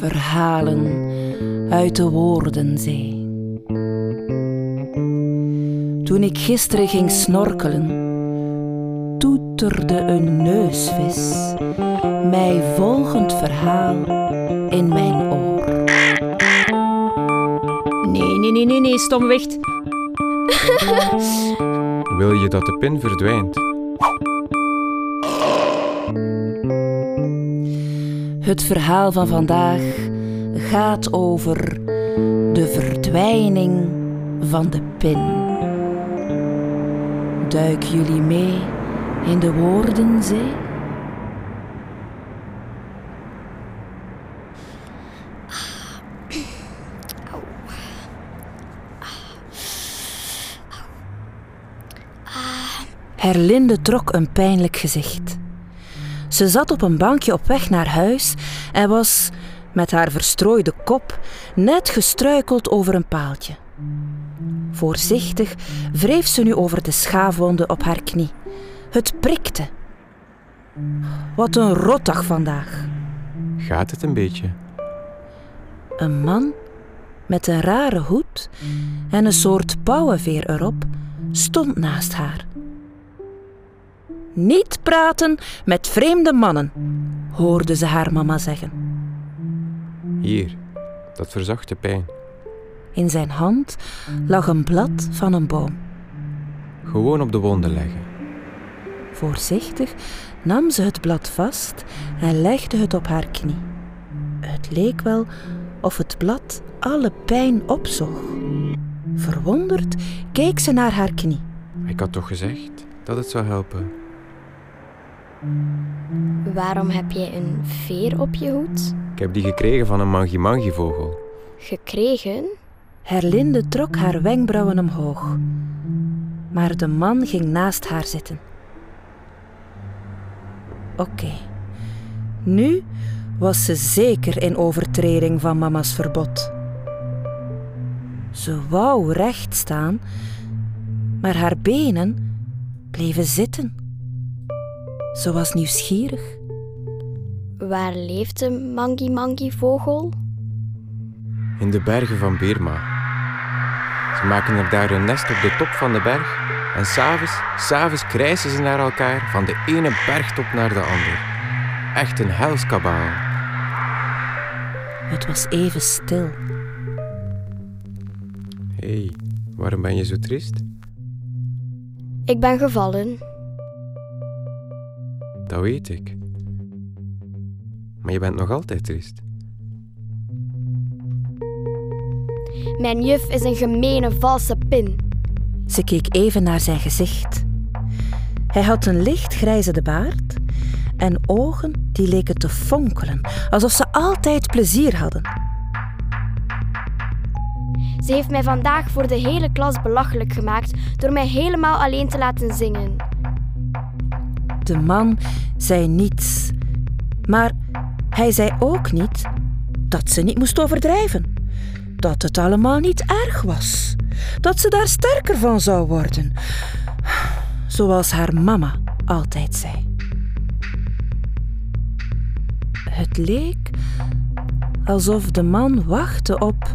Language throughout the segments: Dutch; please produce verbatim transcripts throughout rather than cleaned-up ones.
Verhalen uit de woordenzee. Toen ik gisteren ging snorkelen, toeterde een neusvis mij volgend verhaal in mijn oor. Nee, nee, nee, nee, nee, stomwicht. Wil je dat de pin verdwijnt? Het verhaal van vandaag gaat over de verdwijning van de pin. Duik jullie mee in de woordenzee? Herlinde trok een pijnlijk gezicht. Ze zat op een bankje op weg naar huis en was, met haar verstrooide kop, net gestruikeld over een paaltje. Voorzichtig wreef ze nu over de schaafwonde op haar knie. Het prikte. Wat een rotdag vandaag. Gaat het een beetje? Een man met een rare hoed en een soort pauwenveer erop stond naast haar. Niet praten met vreemde mannen, hoorde ze haar mama zeggen. Hier, dat verzacht de pijn. In zijn hand lag een blad van een boom. Gewoon op de wonden leggen. Voorzichtig nam ze het blad vast en legde het op haar knie. Het leek wel of het blad alle pijn opzoog. Verwonderd keek ze naar haar knie. Ik had toch gezegd dat het zou helpen? Waarom heb jij een veer op je hoed? Ik heb die gekregen van een mangi-mangi-vogel. Gekregen? Herlinde trok haar wenkbrauwen omhoog. Maar de man ging naast haar zitten. Oké, okay. Nu was ze zeker in overtreding van mama's verbod. Ze wou recht staan, maar haar benen bleven zitten. Ze was nieuwsgierig. Waar leeft de mangi-mangi-vogel? In de bergen van Birma. Ze maken er daar een nest op de top van de berg en s'avonds, s'avonds krijsen ze naar elkaar van de ene bergtop naar de andere. Echt een hels kabaal. Het was even stil. Hé, hey, waarom ben je zo triest? Ik ben gevallen. Dat weet ik. Maar je bent nog altijd triest. Mijn juf is een gemene, valse pin. Ze keek even naar zijn gezicht. Hij had een lichtgrijzende baard en ogen die leken te fonkelen, alsof ze altijd plezier hadden. Ze heeft mij vandaag voor de hele klas belachelijk gemaakt door mij helemaal alleen te laten zingen. De man zei niets, maar hij zei ook niet dat ze niet moest overdrijven. Dat het allemaal niet erg was. Dat ze daar sterker van zou worden. Zoals haar mama altijd zei. Het leek alsof de man wachtte op...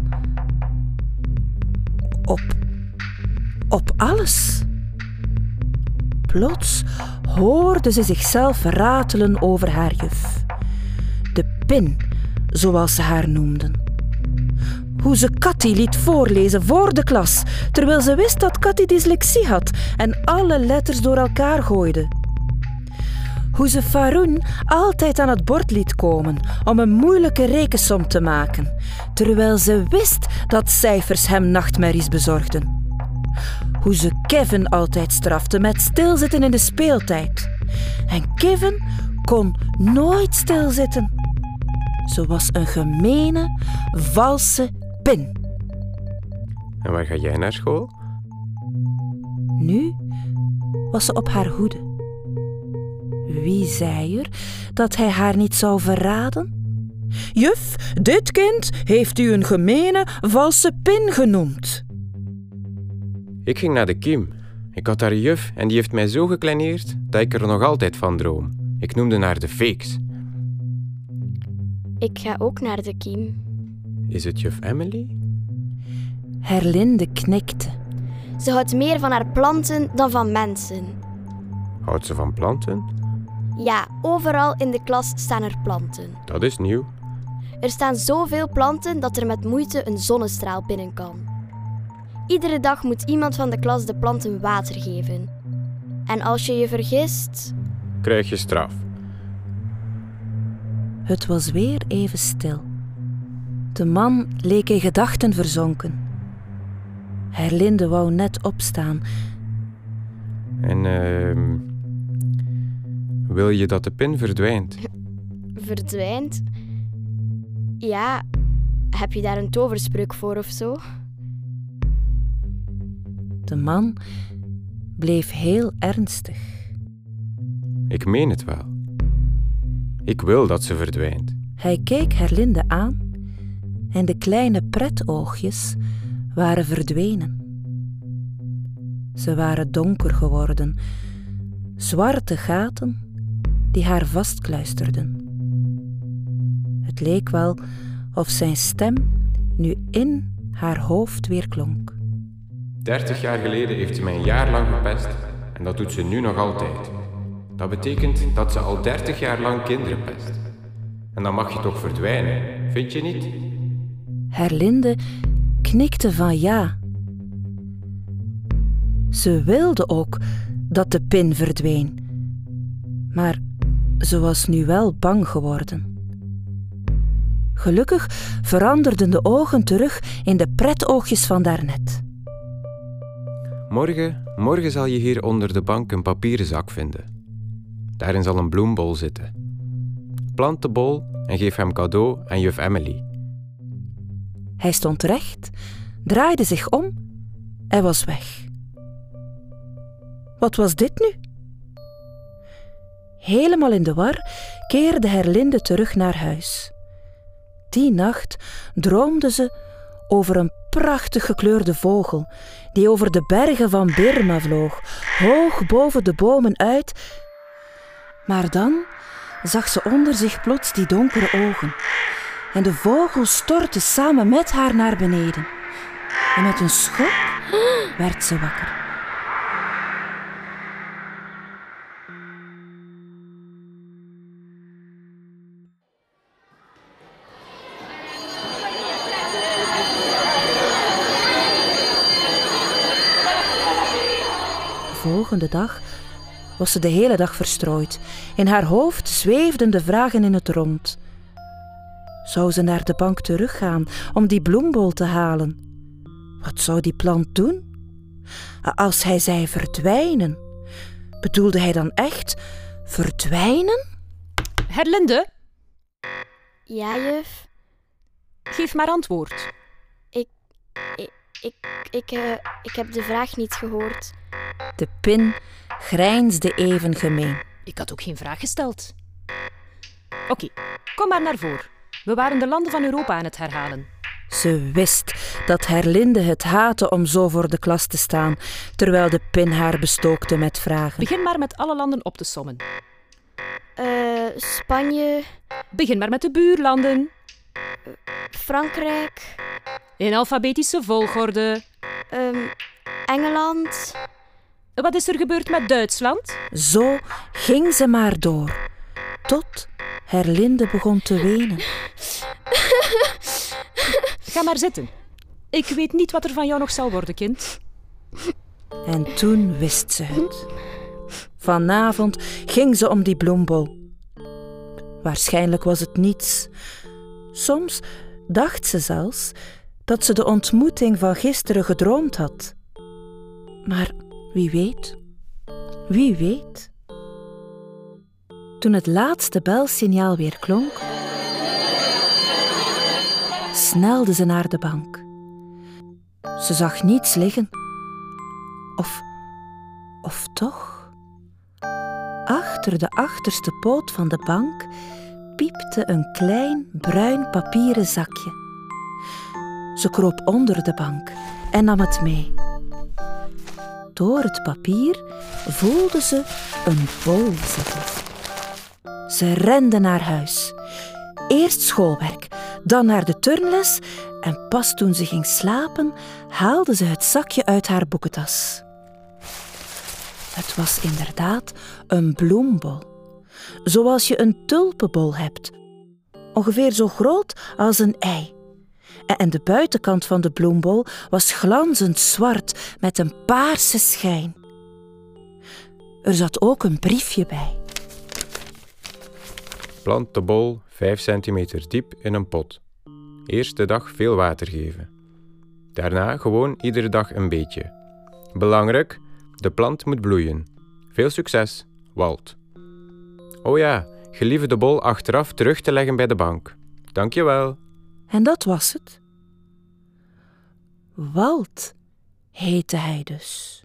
Op... Op alles. Plots hoorde ze zichzelf ratelen over haar juf. De pin, zoals ze haar noemden. Hoe ze Katty liet voorlezen voor de klas, terwijl ze wist dat Katty dyslexie had en alle letters door elkaar gooide. Hoe ze Faroen altijd aan het bord liet komen om een moeilijke rekensom te maken, terwijl ze wist dat cijfers hem nachtmerries bezorgden. Hoe ze Kevin altijd strafte met stilzitten in de speeltijd. En Kevin kon nooit stilzitten. Ze was een gemene, valse pin. En waar ga jij naar school? Nu was ze op haar hoede. Wie zei er dat hij haar niet zou verraden? Juf, dit kind heeft u een gemene, valse pin genoemd. Ik ging naar de Kim. Ik had haar juf en die heeft mij zo gekleineerd dat ik er nog altijd van droom. Ik noemde haar de Fakes. Ik ga ook naar de kiem. Is het juf Emily? Herlinde knikte. Ze houdt meer van haar planten dan van mensen. Houdt ze van planten? Ja, overal in de klas staan er planten. Dat is nieuw. Er staan zoveel planten dat er met moeite een zonnestraal binnen kan. Iedere dag moet iemand van de klas de planten water geven. En als je je vergist... Krijg je straf. Het was weer even stil. De man leek in gedachten verzonken. Herlinde wou net opstaan. En uh, wil je dat de pin verdwijnt? Verdwijnt? Ja, heb je daar een toverspreuk voor of zo? De man bleef heel ernstig. Ik meen het wel. Ik wil dat ze verdwijnt. Hij keek Herlinde aan en de kleine pretoogjes waren verdwenen. Ze waren donker geworden, zwarte gaten die haar vastkluisterden. Het leek wel of zijn stem nu in haar hoofd weer klonk. Dertig jaar geleden heeft ze mij een jaar lang gepest en dat doet ze nu nog altijd. Dat betekent dat ze al dertig jaar lang kinderen pest. En dan mag je toch verdwijnen, vind je niet? Herlinde knikte van ja. Ze wilde ook dat de pin verdween, maar ze was nu wel bang geworden. Gelukkig veranderden de ogen terug in de pretoogjes van daarnet. Morgen, morgen zal je hier onder de bank een papieren zak vinden. Daarin zal een bloembol zitten. Plant de bol en geef hem cadeau aan juf Emily. Hij stond recht, draaide zich om en was weg. Wat was dit nu? Helemaal in de war keerde Herlinde terug naar huis. Die nacht droomde ze over een prachtig gekleurde vogel die over de bergen van Birma vloog, hoog boven de bomen uit. Maar dan zag ze onder zich plots die donkere ogen en de vogel stortte samen met haar naar beneden. En met een schok werd ze wakker. De volgende dag was ze de hele dag verstrooid. In haar hoofd zweefden de vragen in het rond. Zou ze naar de bank teruggaan om die bloembol te halen? Wat zou die plant doen? Als hij zei verdwijnen, bedoelde hij dan echt verdwijnen? Herlinde, Ja, juf? geef maar antwoord. Ik... Ik... Ik, ik, uh, ik heb de vraag niet gehoord. De pin grijnsde even gemeen. Ik had ook geen vraag gesteld. Oké, okay, kom maar naar voren. We waren de landen van Europa aan het herhalen. Ze wist dat Herlinde het haatte om zo voor de klas te staan, terwijl de pin haar bestookte met vragen. Begin maar met alle landen op te sommen. Uh, Spanje... Begin maar met de buurlanden. Uh, Frankrijk... In alfabetische volgorde. Um, Engeland... Wat is er gebeurd met Duitsland? Zo ging ze maar door, tot Herlinde begon te wenen. Ga maar zitten. Ik weet niet wat er van jou nog zal worden, kind. En toen wist ze het. Vanavond ging ze om die bloembol. Waarschijnlijk was het niets. Soms dacht ze zelfs dat ze de ontmoeting van gisteren gedroomd had. Maar wie weet, wie weet. Toen het laatste belsignaal weer klonk, snelde ze naar de bank. Ze zag niets liggen. Of, of toch? Achter de achterste poot van de bank piepte een klein bruin papieren zakje. Ze kroop onder de bank en nam het mee. Door het papier voelde ze een bol zitten. Ze rende naar huis. Eerst schoolwerk, dan naar de turnles en pas toen ze ging slapen, haalde ze het zakje uit haar boekentas. Het was inderdaad een bloembol, zoals je een tulpenbol hebt, ongeveer zo groot als een ei. En de buitenkant van de bloembol was glanzend zwart met een paarse schijn. Er zat ook een briefje bij. Plant de bol vijf centimeter diep in een pot. Eerste dag veel water geven. Daarna gewoon iedere dag een beetje. Belangrijk, de plant moet bloeien. Veel succes, Walt. Oh ja, gelieve de bol achteraf terug te leggen bij de bank. Dank je wel. En dat was het. Walt heette hij dus.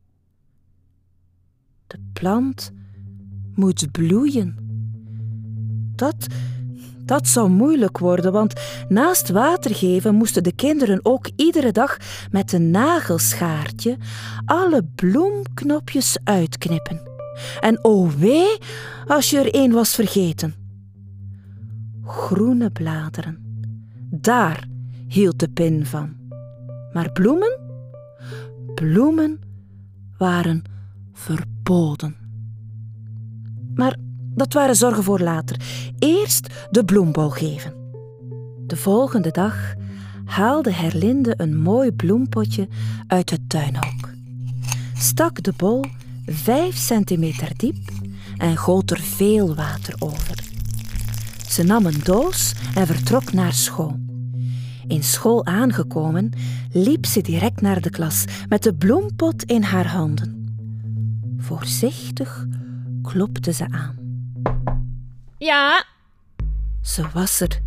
De plant moet bloeien. Dat, dat zou moeilijk worden, want naast water geven moesten de kinderen ook iedere dag met een nagelschaartje alle bloemknopjes uitknippen. En oh wee, als je er één was vergeten. Groene bladeren, daar hield de pin van. Maar bloemen? Bloemen waren verboden. Maar dat waren zorgen voor later. Eerst de bloembol geven. De volgende dag haalde Herlinde een mooi bloempotje uit het tuinhok, stak de bol vijf centimeter diep en goot er veel water over. Ze nam een doos en vertrok naar school. In school aangekomen, liep ze direct naar de klas met de bloempot in haar handen. Voorzichtig klopte ze aan. Ja? Ze was er.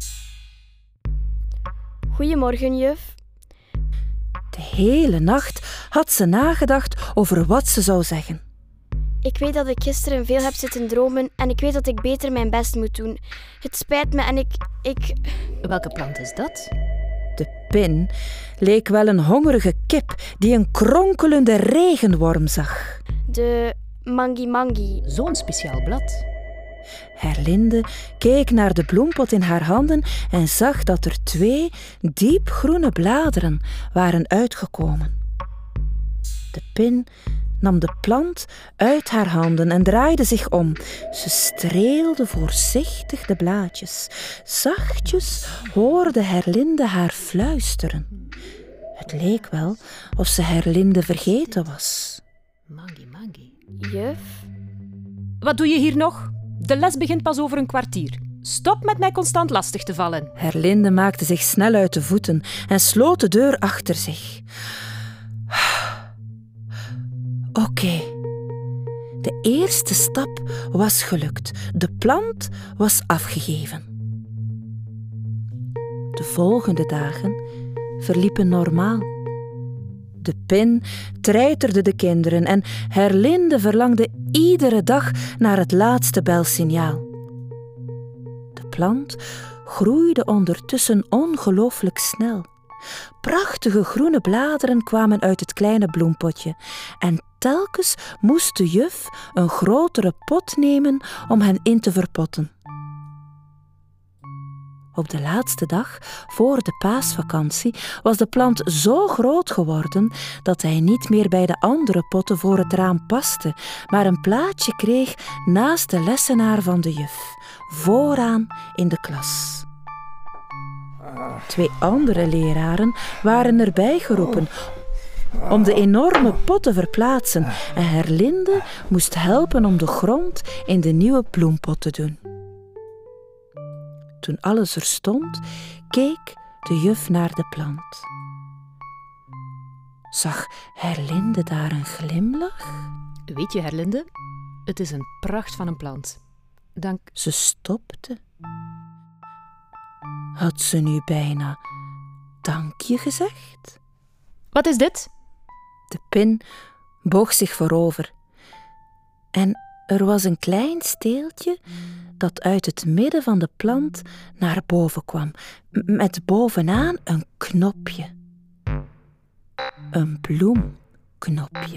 Goedemorgen, juf. De hele nacht had ze nagedacht over wat ze zou zeggen. Ik weet dat ik gisteren veel heb zitten dromen en ik weet dat ik beter mijn best moet doen. Het spijt me en ik... ik... Welke plant is dat? De pin leek wel een hongerige kip die een kronkelende regenworm zag. De mangi-mangi. Zo'n speciaal blad. Herlinde keek naar de bloempot in haar handen en zag dat er twee diepgroene bladeren waren uitgekomen. De pin nam de plant uit haar handen en draaide zich om. Ze streelde voorzichtig de blaadjes. Zachtjes hoorde Herlinde haar fluisteren. Het leek wel of ze Herlinde vergeten was. Mangi, mangi. Juf? Wat doe je hier nog? De les begint pas over een kwartier. Stop met mij constant lastig te vallen. Herlinde maakte zich snel uit de voeten en sloot de deur achter zich. Oké. Okay. De eerste stap was gelukt. De plant was afgegeven. De volgende dagen verliepen normaal. De pin treiterde de kinderen en Herlinde verlangde iedere dag naar het laatste belsignaal. De plant groeide ondertussen ongelooflijk snel. Prachtige groene bladeren kwamen uit het kleine bloempotje en telkens moest de juf een grotere pot nemen om hen in te verpotten. Op de laatste dag, voor de paasvakantie, was de plant zo groot geworden dat hij niet meer bij de andere potten voor het raam paste, maar een plaatsje kreeg naast de lessenaar van de juf, vooraan in de klas. Twee andere leraren waren erbij geroepen om de enorme pot te verplaatsen en Herlinde moest helpen om de grond in de nieuwe bloempot te doen. Toen alles er stond, keek de juf naar de plant. Zag Herlinde daar een glimlach? Weet je, Herlinde, het is een pracht van een plant. Dank... Ze stopte. Had ze nu bijna dankje gezegd? Wat is dit? De pin boog zich voorover. En er was een klein steeltje dat uit het midden van de plant naar boven kwam, met bovenaan een knopje. Een bloemknopje.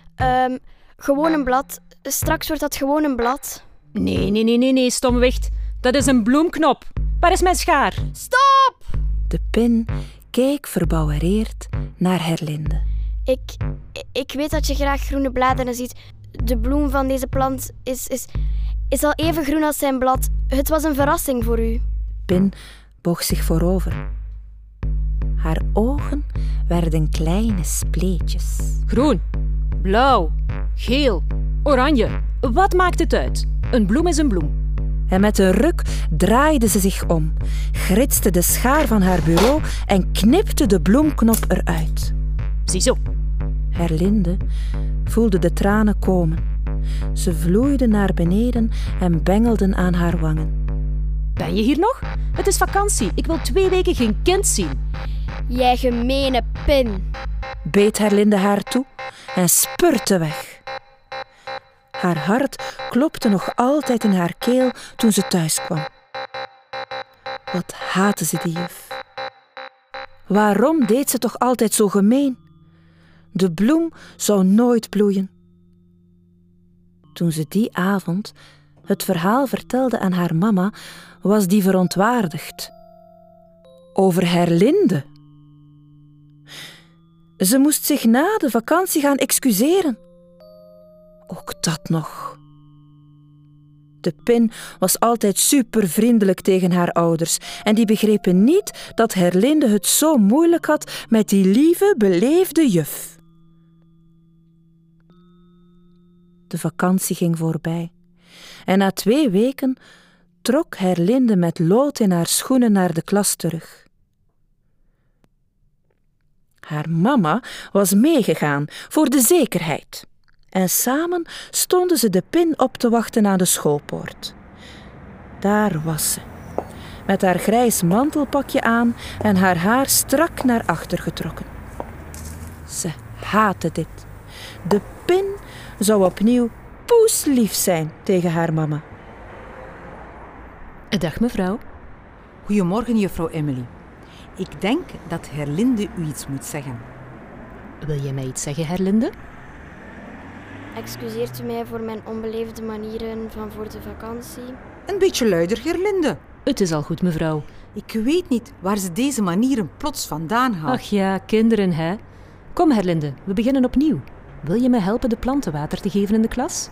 Um, gewoon een blad. Straks wordt dat gewoon een blad. Nee, nee, nee, nee, nee, stomwicht. Dat is een bloemknop. Waar is mijn schaar? Stop! De pin keek verbouwereerd naar Herlinde. Ik, ik weet dat je graag groene bladeren ziet. De bloem van deze plant is, is, is al even groen als zijn blad. Het was een verrassing voor u. Pin boog zich voorover. Haar ogen werden kleine spleetjes. Groen, blauw, geel, oranje. Wat maakt het uit? Een bloem is een bloem. En met een ruk draaide ze zich om, gritste de schaar van haar bureau en knipte de bloemknop eruit. Ziezo. Herlinde voelde de tranen komen. Ze vloeiden naar beneden en bengelden aan haar wangen. Ben je hier nog? Het is vakantie. Ik wil twee weken geen kind zien. Jij gemene pin. Beet Herlinde haar toe en spurte weg. Haar hart klopte nog altijd in haar keel toen ze thuis kwam. Wat haatte ze die juf. Waarom deed ze toch altijd zo gemeen? De bloem zou nooit bloeien. Toen ze die avond het verhaal vertelde aan haar mama, was die verontwaardigd. Over Herlinde. Ze moest zich na de vakantie gaan excuseren. Ook dat nog. De pin was altijd supervriendelijk tegen haar ouders en die begrepen niet dat Herlinde het zo moeilijk had met die lieve, beleefde juf. De vakantie ging voorbij en na twee weken trok Herlinde met lood in haar schoenen naar de klas terug. Haar mama was meegegaan voor de zekerheid. En samen stonden ze de pin op te wachten aan de schoolpoort. Daar was ze, met haar grijs mantelpakje aan en haar haar strak naar achter getrokken. Ze haatte dit. De pin zou opnieuw poeslief zijn tegen haar mama. Dag mevrouw. Goedemorgen, juffrouw Emily. Ik denk dat Herlinde u iets moet zeggen. Wil je mij iets zeggen, Herlinde? Excuseert u mij voor mijn onbeleefde manieren van voor de vakantie? Een beetje luider, Herlinde. Het is al goed, mevrouw. Ik weet niet waar ze deze manieren plots vandaan haalt. Ach ja, kinderen, hè. Kom, Herlinde, we beginnen opnieuw. Wil je me helpen de planten water te geven in de klas?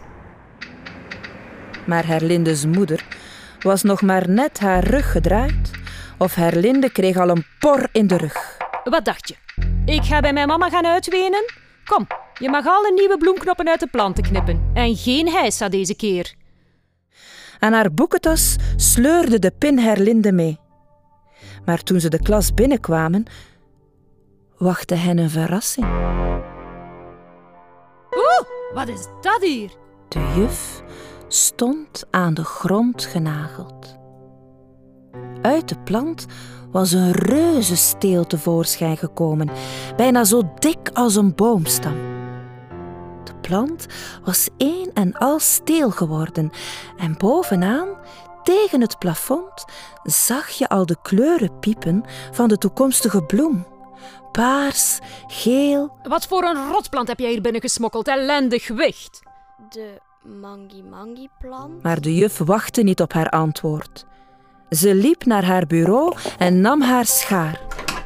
Maar Herlindes moeder was nog maar net haar rug gedraaid of Herlinde kreeg al een por in de rug. Wat dacht je? Ik ga bij mijn mama gaan uitwenen? Kom, je mag alle nieuwe bloemknoppen uit de planten knippen. En geen heisa deze keer. Aan haar boekentas sleurde de pin Herlinde mee. Maar toen ze de klas binnenkwamen, wachtte hen een verrassing. Oeh, wat is dat hier? De juf stond aan de grond genageld. Uit de plant was een reuzensteel tevoorschijn gekomen, bijna zo dik als een boomstam. De plant was één en al steel geworden en bovenaan, tegen het plafond, zag je al de kleuren piepen van de toekomstige bloem. Paars, geel. Wat voor een rotplant heb jij hier binnen gesmokkeld, ellendig wicht? De mangi-mangi-plant? Maar de juf wachtte niet op haar antwoord. Ze liep naar haar bureau en nam haar schaar.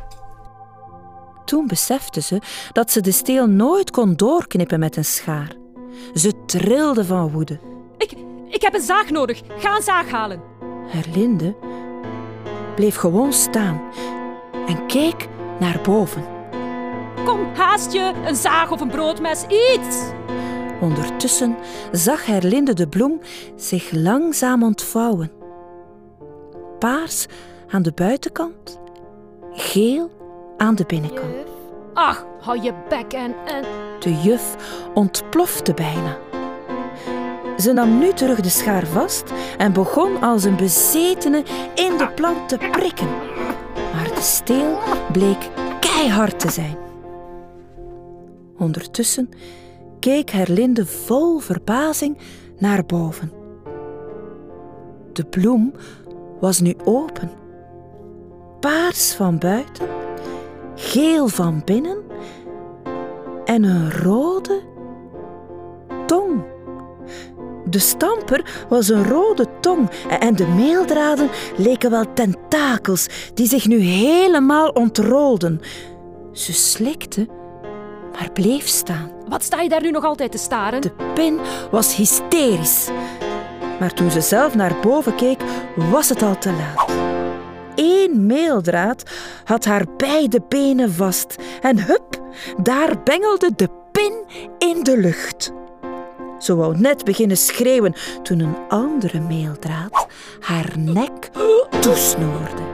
Toen besefte ze dat ze de steel nooit kon doorknippen met een schaar. Ze trilde van woede. Ik, ik heb een zaag nodig. Ga een zaag halen. Herlinde bleef gewoon staan en keek naar boven. Kom, haast je. Een zaag of een broodmes, iets. Ondertussen zag Herlinde de bloem zich langzaam ontvouwen. Paars aan de buitenkant, geel aan de binnenkant. Juf? Ach, hou je bek en... en... De juf ontplofte bijna. Ze nam nu terug de schaar vast en begon als een bezetene in de plant te prikken. Maar de steel bleek keihard te zijn. Ondertussen keek Herlinde vol verbazing naar boven. De bloem was nu open. Paars van buiten, geel van binnen en een rode tong. De stamper was een rode tong en de meeldraden leken wel tentakels die zich nu helemaal ontrolden. Ze slikte, maar bleef staan. Wat sta je daar nu nog altijd te staren? De pin was hysterisch. Maar toen ze zelf naar boven keek, was het al te laat. Eén meeldraad had haar beide benen vast. En hup, daar bengelde de pin in de lucht. Ze wou net beginnen schreeuwen toen een andere meeldraad haar nek toesnoerde.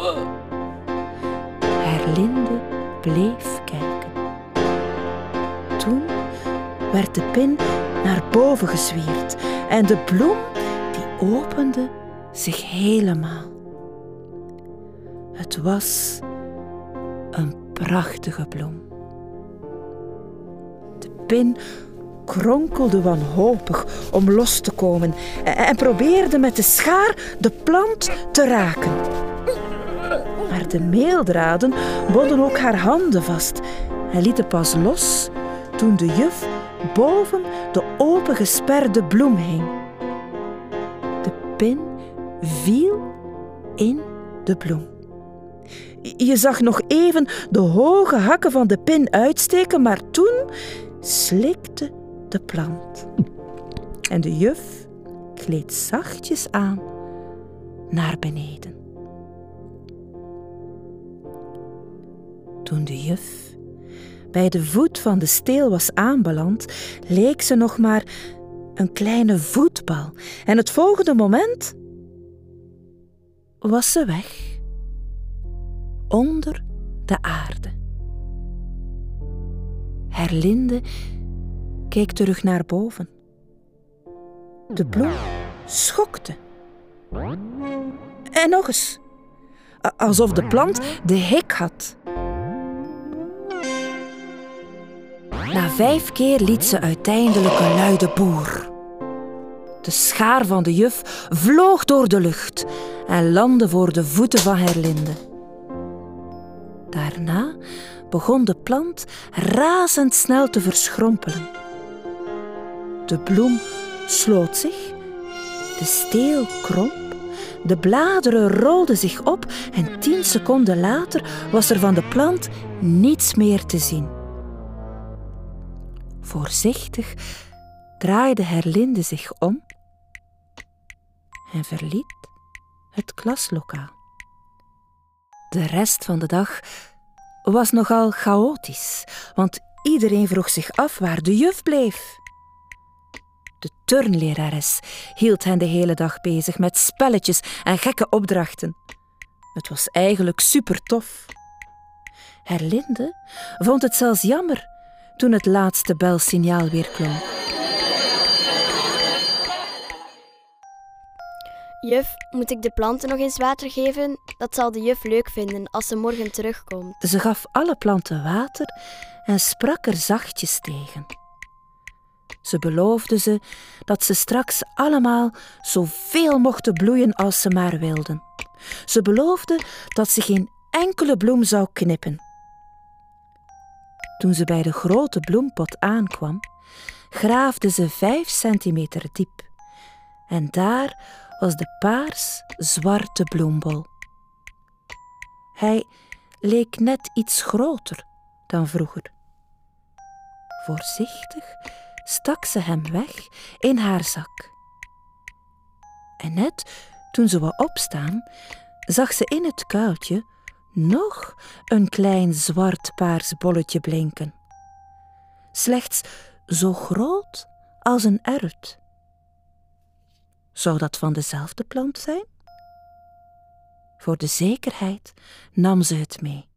Herlinde bleef kijken. Toen werd de pin naar boven gezwierd en de bloem die opende zich helemaal. Het was een prachtige bloem. De pin kronkelde wanhopig om los te komen en probeerde met de schaar de plant te raken. Maar de meeldraden bonden ook haar handen vast en lieten pas los toen de juf boven de opengesperde bloem hing. De pin viel in de bloem. Je zag nog even de hoge hakken van de pin uitsteken, maar toen slikte de plant. En de juf gleed zachtjes aan naar beneden. Toen de juf bij de voet van de steel was aanbeland, leek ze nog maar een kleine voetbal. En het volgende moment was ze weg. Onder de aarde. Herlinde keek terug naar boven. De bloem schokte. En nog eens. Alsof de plant de hik had. Na vijf keer liet ze uiteindelijk een luide boer. De schaar van de juf vloog door de lucht en landde voor de voeten van Herlinde. Daarna begon de plant razendsnel te verschrompelen. De bloem sloot zich, de steel kromp, de bladeren rolden zich op en tien seconden later was er van de plant niets meer te zien. Voorzichtig draaide Herlinde zich om en verliet het klaslokaal. De rest van de dag was nogal chaotisch, want iedereen vroeg zich af waar de juf bleef. De turnlerares hield hen de hele dag bezig met spelletjes en gekke opdrachten. Het was eigenlijk supertof. Herlinde vond het zelfs jammer toen het laatste belsignaal weer klonk. Juf, moet ik de planten nog eens water geven? Dat zal de juf leuk vinden als ze morgen terugkomt. Ze gaf alle planten water en sprak er zachtjes tegen. Ze beloofde ze dat ze straks allemaal zoveel mochten bloeien als ze maar wilden. Ze beloofde dat ze geen enkele bloem zou knippen. Toen ze bij de grote bloempot aankwam, graafde ze vijf centimeter diep. En daar was de paars-zwarte bloembol. Hij leek net iets groter dan vroeger. Voorzichtig stak ze hem weg in haar zak. En net toen ze wou opstaan, zag ze in het kuiltje nog een klein zwart-paars bolletje blinken. Slechts zo groot als een erwt. Zou dat van dezelfde plant zijn? Voor de zekerheid nam ze het mee.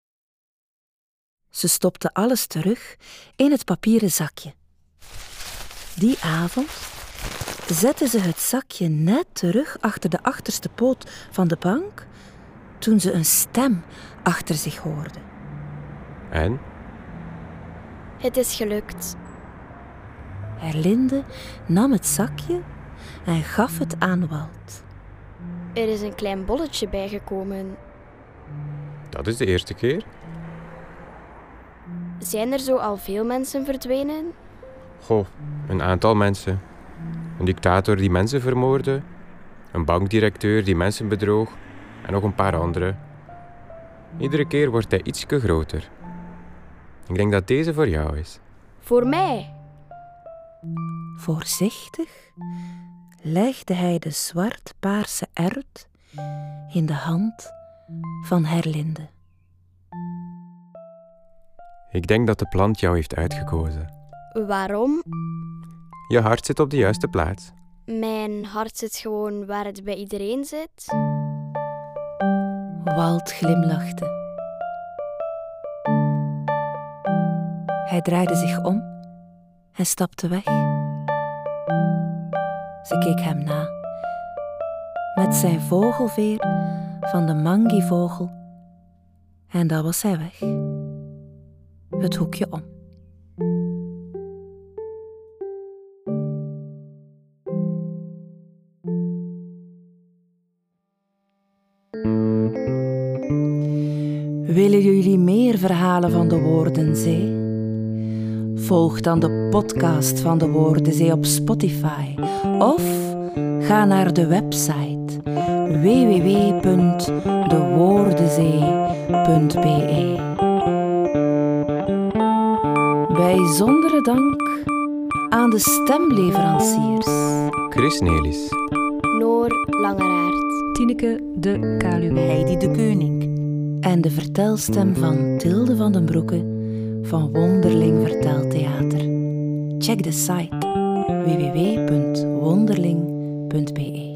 Ze stopte alles terug in het papieren zakje. Die avond zette ze het zakje net terug achter de achterste poot van de bank toen ze een stem achter zich hoorde. En? Het is gelukt. Herlinde nam het zakje en gaf het aan Walt. Er is een klein bolletje bijgekomen. Dat is de eerste keer. Zijn er zo al veel mensen verdwenen? Goh, een aantal mensen. Een dictator die mensen vermoordde, een bankdirecteur die mensen bedroog en nog een paar andere. Iedere keer wordt hij ietsje groter. Ik denk dat deze voor jou is. Voor mij. Voorzichtig legde hij de zwart-paarse erwt in de hand van Herlinde. Ik denk dat de plant jou heeft uitgekozen. Waarom? Je hart zit op de juiste plaats. Mijn hart zit gewoon waar het bij iedereen zit. Walt glimlachte. Hij draaide zich om en stapte weg. Ze keek hem na. Met zijn vogelveer van de mangivogel. En dan was hij weg. Het hoekje om. Willen jullie meer verhalen van de Woordenzee? Volg dan de podcast van de Woordenzee op Spotify of ga naar de website w w w punt de woordenzee punt b e. Bijzondere dank aan de stemleveranciers Chris Nelis, Noor Langeraert, Tineke de Kaluwe. Heidi de Keuning. en de vertelstem van Tilde van den Broeke van Wonderling Verteltheater. Check de site w w w punt wonderling punt b e.